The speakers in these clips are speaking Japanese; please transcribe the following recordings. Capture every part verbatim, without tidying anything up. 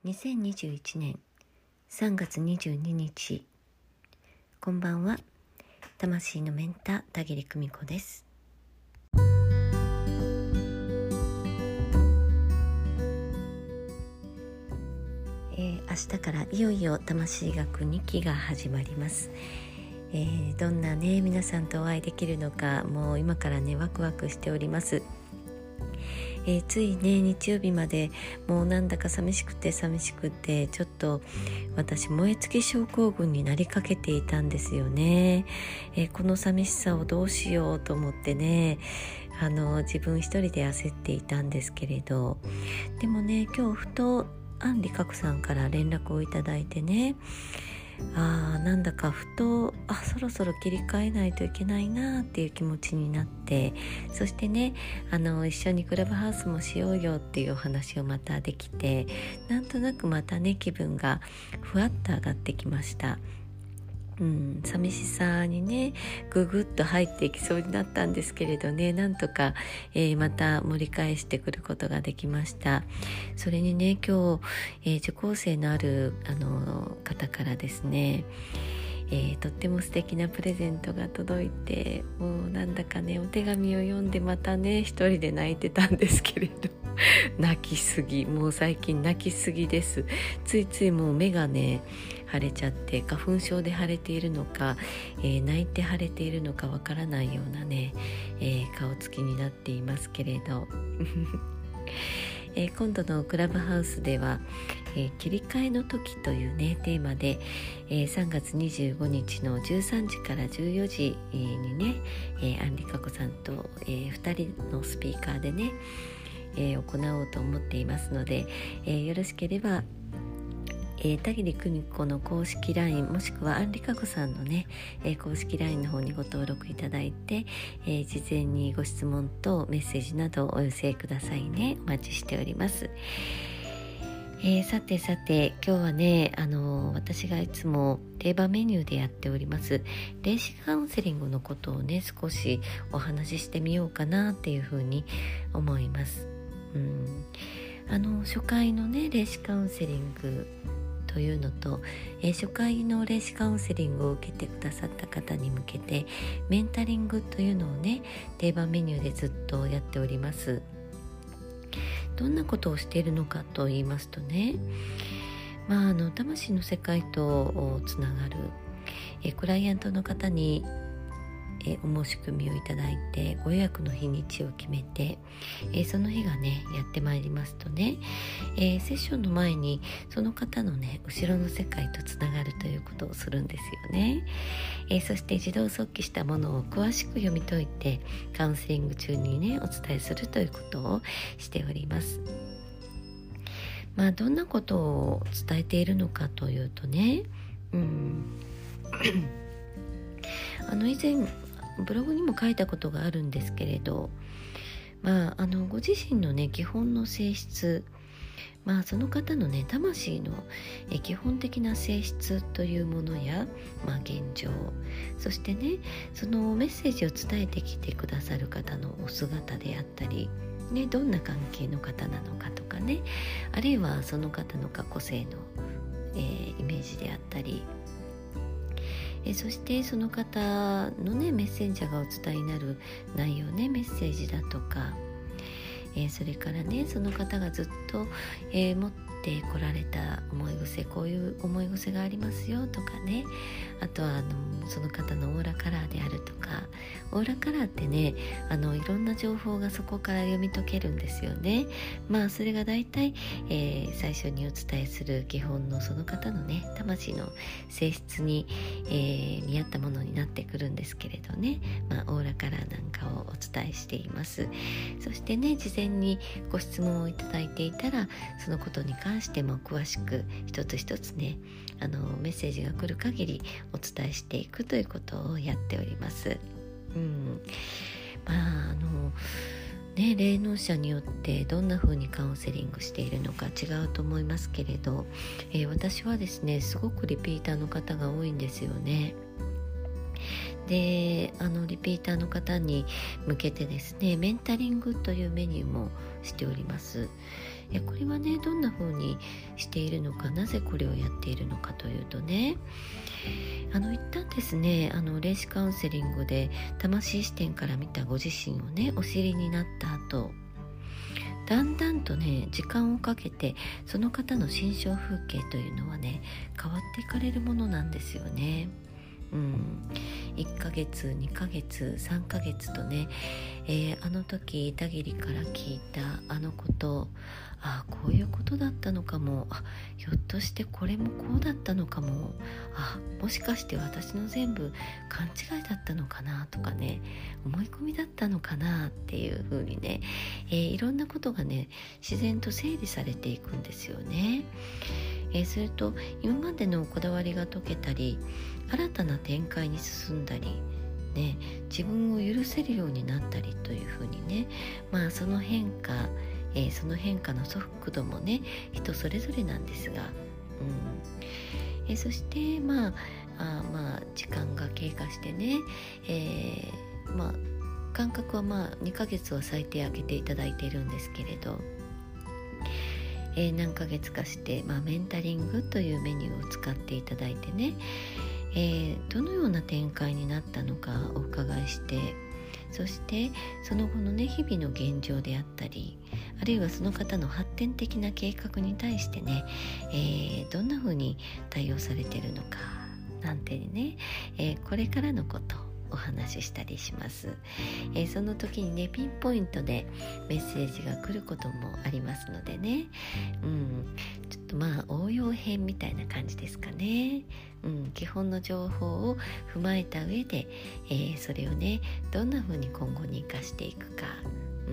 にせんにじゅういちねんさんがつにじゅうににち、こんばんは。魂のメンター田切久美子です。えー、明日からいよいよ魂学にきが始まります。えー、どんなね皆さんとお会いできるのか、もう今からねワクワクしております。えー、ついね日曜日までもうなんだか寂しくて寂しくてちょっと私燃え尽き症候群になりかけていたんですよね。えー、この寂しさをどうしようと思ってね、あの自分一人で焦っていたんですけれど、でもね今日ふと安利佳子さんから連絡をいただいてね、あーなんだかふとあそろそろ切り替えないといけないなっていう気持ちになって、そしてねあの一緒にクラブハウスもしようよっていうお話をまたできて、なんとなくまたね気分がふわっと上がってきました。うん、寂しさにねぐぐっと入っていきそうになったんですけれどね、なんとか、えー、また盛り返してくることができました。それにね今日、えー、受講生のあるあの方からですね、えー、とっても素敵なプレゼントが届いて、もうなんだかねお手紙を読んでまたね一人で泣いてたんですけれど泣きすぎ、もう最近泣きすぎです。ついついもう目がね腫れちゃって、花粉症で腫れているのか、えー、泣いて腫れているのかわからないようなね、えー、顔つきになっていますけれど、えー、今度のクラブハウスでは、えー、切り替えの時というねテーマで、えー、さんがつにじゅうごにちのじゅうさんじからじゅうよじにね、えー、安利佳子さんと、えー、ふたりのスピーカーでね、えー、行おうと思っていますので、えー、よろしければえー、田切久美子の公式 ライン もしくは安利佳子さんのね、えー、公式 ライン の方にご登録いただいて、えー、事前にご質問とメッセージなどをお寄せくださいね。お待ちしております。えー、さてさて今日はね、あのー、私がいつも定番メニューでやっております霊視カウンセリングのことをね少しお話ししてみようかなっていうふうに思います。うん、あの初回のね霊視カウンセリングというのと、えー、初回の霊視カウンセリングを受けてくださった方に向けてメンタリングというのをね定番メニューでずっとやっております。どんなことをしているのかと言いますとね、まあ、あの魂の世界とつながる、えー、クライアントの方にえお申し込みをいただいてご予約の日にちを決めて、えー、その日がねやってまいりますとね、えー、セッションの前にその方のね後ろの世界とつながるということをするんですよね。えー、そして自動速記したものを詳しく読み解いてカウンセリング中にねお伝えするということをしております。まあどんなことを伝えているのかというとね、うんあの以前ブログにも書いたことがあるんですけれど、まあ、あのご自身のね基本の性質、まあ、その方のね魂のえ基本的な性質というものや、まあ、現状、そしてねそのメッセージを伝えてきてくださる方のお姿であったり、ね、どんな関係の方なのかとかね、あるいはその方の過去性の、えー、イメージであったり、えそしてその方のねメッセンジャーがお伝えになる内容ね、メッセージだとか、えー、それからねその方がずっと、えー、持ってこられた思い癖、こういう思い癖がありますよとかね、あとはあのその方のオーラカラーであるとか、オーラカラーってねあのいろんな情報がそこから読み解けるんですよね。まあそれがだいたい、えー、最初にお伝えする基本のその方のね魂の性質に、えー、見合ったものになってくるんですけれどね、まあオーラカラーなんかをお伝えしています。そしてね事前にご質問をいただいていたらそのことに関しても詳しく一つ一つねあのメッセージが来る限りお伝えしていくということをやっております。うん、まああのね霊能者によってどんな風にカウンセリングしているのか違うと思いますけれど、えー、私はですねすごくリピーターの方が多いんですよね。であのリピーターの方に向けてですねメンタリングというメニューもしております。 えこれはねどんな風にしているのか、なぜこれをやっているのかというとね、あの一旦ですね、あの霊視カウンセリングで魂視点から見たご自身をねお知りになった後、だんだんとね時間をかけてその方の心象風景というのはね変わっていかれるものなんですよね。うん、いっかげつにかげつさんかげつとね、えー、あの時田切から聞いたあのこと、あこういうことだったのかも、あひょっとしてこれもこうだったのかも、あもしかして私の全部勘違いだったのかなとかね、思い込みだったのかなっていう風にね、えー、いろんなことがね自然と整理されていくんですよね。えー、すると今までのこだわりが解けたり、新たな展開に進んだり、ね、自分を許せるようになったりというふうにね、まあその変化、えー、その変化の速度もね人それぞれなんですが、うんえー、そしてまああまあ時間が経過してね、えー、まあ間隔はまあにかげつは最低空けていただいているんですけれど、えー、何ヶ月かして、まあ、メンタリングというメニューを使っていただいてね、えー、どのような展開になったのかお伺いして、そしてその後のね日々の現状であったり、あるいはその方の発展的な計画に対してね、えー、どんな風に対応されているのかなんてね、えー、これからのことお話ししたりします。えー、その時にねピンポイントでメッセージが来ることもありますのでね、うん、ちょっとまあ応用編みたいな感じですかね。うん、基本の情報を踏まえた上で、えー、それをねどんな風に今後に生かしていくか、うん、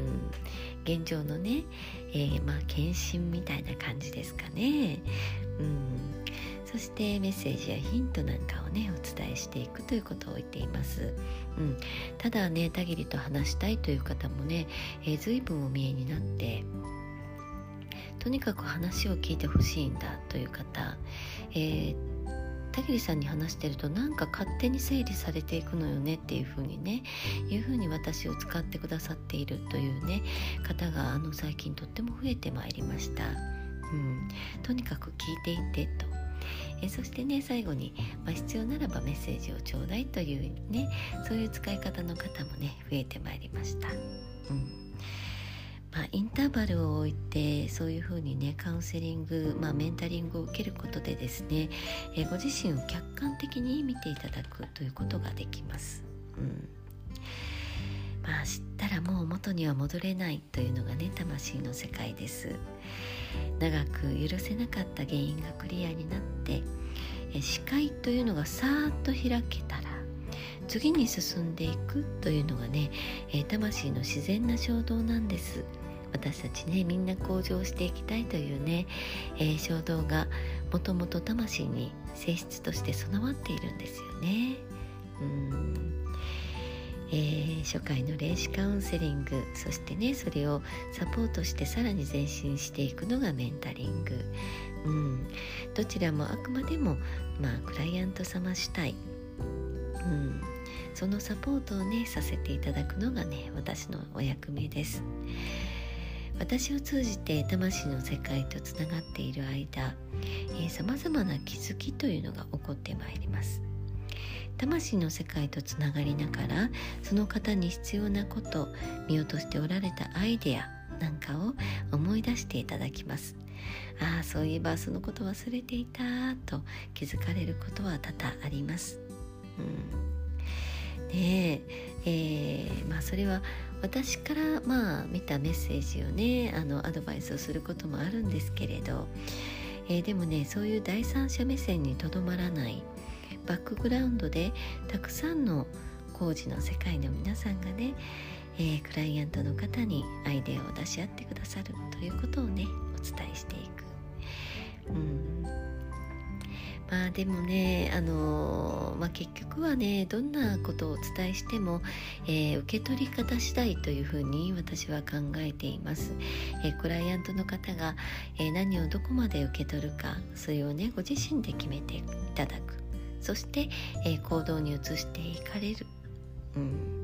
現状のね、えー、まあ検診みたいな感じですかね。うんそしてメッセージやヒントなんかをねお伝えしていくということを言っています。うん、ただね田切と話したいという方もね、えー、随分お見えになって、とにかく話を聞いてほしいんだという方、えー、田切さんに話してるとなんか勝手に整理されていくのよねっていう風にねいう風に私を使ってくださっているというね方があの最近とっても増えてまいりました。うん、とにかく聞いていてと、えそしてね最後に、まあ、必要ならばメッセージをちょうだいというねそういう使い方の方もね増えてまいりました。うんまあ、インターバルを置いてそういうふうにねカウンセリング、まあ、メンタリングを受けることでですね、えご自身を客観的に見ていただくということができます。うんまあ、知ったらもう元には戻れないというのがね魂の世界です。長く許せなかった原因がクリアになって、え視界というのがさーっと開けたら次に進んでいくというのがね、えー、魂の自然な衝動なんです。私たちねみんな向上していきたいというね、えー、衝動がもともと魂に性質として備わっているんですよね。うーんえー、初回の霊視カウンセリング、そしてねそれをサポートしてさらに前進していくのがメンタリング、うん、どちらもあくまでも、まあ、クライアント様主体、うん、そのサポートをねさせていただくのがね私のお役目です。私を通じて魂の世界とつながっている間、さまざまな気づきというのが起こってまいります。魂の世界とつながりながらその方に必要なこと、見落としておられたアイデアなんかを思い出していただきます。ああそういえばそのこと忘れていたと気づかれることは多々あります。うん、ねええー、まあそれは私からまあ見たメッセージをねあのアドバイスをすることもあるんですけれど、えー、でもねそういう第三者目線にとどまらないバックグラウンドでたくさんの工事の世界の皆さんがね、えー、クライアントの方にアイデアを出し合ってくださるということをねお伝えしていく。うんまあでもね、あのーまあ、結局はねどんなことをお伝えしても、えー、受け取り方次第というふうに私は考えています。えー、クライアントの方が、えー、何をどこまで受け取るか、それをねご自身で決めていただく、そして、えー、行動に移していかれる、うん、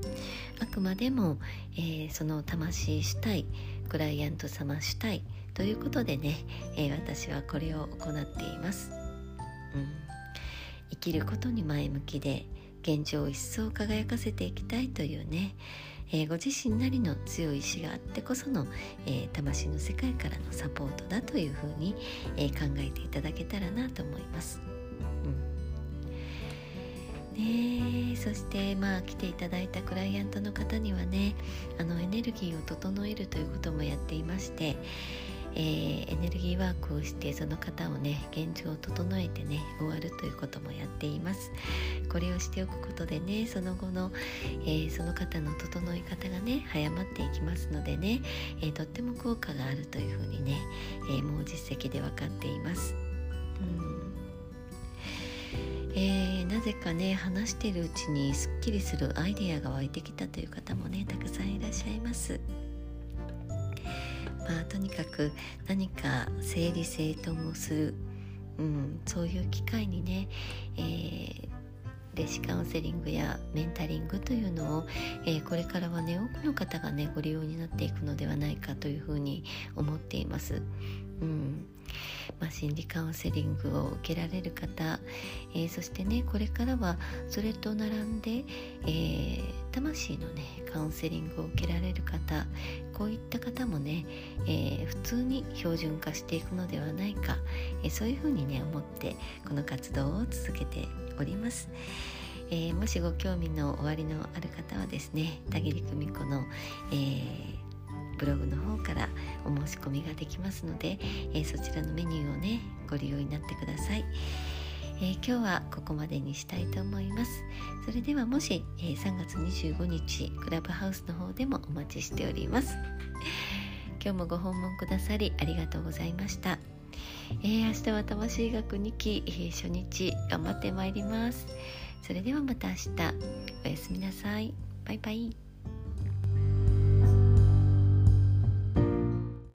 あくまでも、えー、その魂主体、クライアント様主体、 ということでね、えー、私はこれを行っています、うん、生きることに前向きで現状を一層輝かせていきたいというね、えー、ご自身なりの強い意志があってこその、えー、魂の世界からのサポートだというふうに、えー、考えていただけたらなと思います、うんね、そしてまあ来ていただいたクライアントの方にはね、あのエネルギーを整えるということもやっていまして、えー、エネルギーワークをしてその方をね現状を整えてね終わるということもやっています。これをしておくことでね、その後の、えー、その方の整え方がね早まっていきますのでね、えー、とっても効果があるというふうにね、えー、もう実績で分かっています。うんえー、なぜかね話しているうちにすっきりするアイデアが湧いてきたという方もねたくさんいらっしゃいます。まあ、とにかく何か整理整頓をする、うん、そういう機会にね、えー、霊視カウンセリングやメンタリングというのを、えー、これからはね多くの方がねご利用になっていくのではないかというふうに思っています。うんまあ、心理カウンセリングを受けられる方、えー、そしてねこれからはそれと並んで、えー、魂のねカウンセリングを受けられる方、こういった方もね、えー、普通に標準化していくのではないか、えー、そういうふうにね思ってこの活動を続けております。えー、もしご興味のおありのある方はですね、田切久美子の、えーブログの方からお申し込みができますので、えー、そちらのメニューをねご利用になってください。えー、今日はここまでにしたいと思います。それではもし、えー、さんがつにじゅうごにちクラブハウスの方でもお待ちしております。今日もご訪問くださりありがとうございました。えー、明日は魂学にき、えー、初日頑張ってまいります。それではまた明日、おやすみなさい。バイバイ。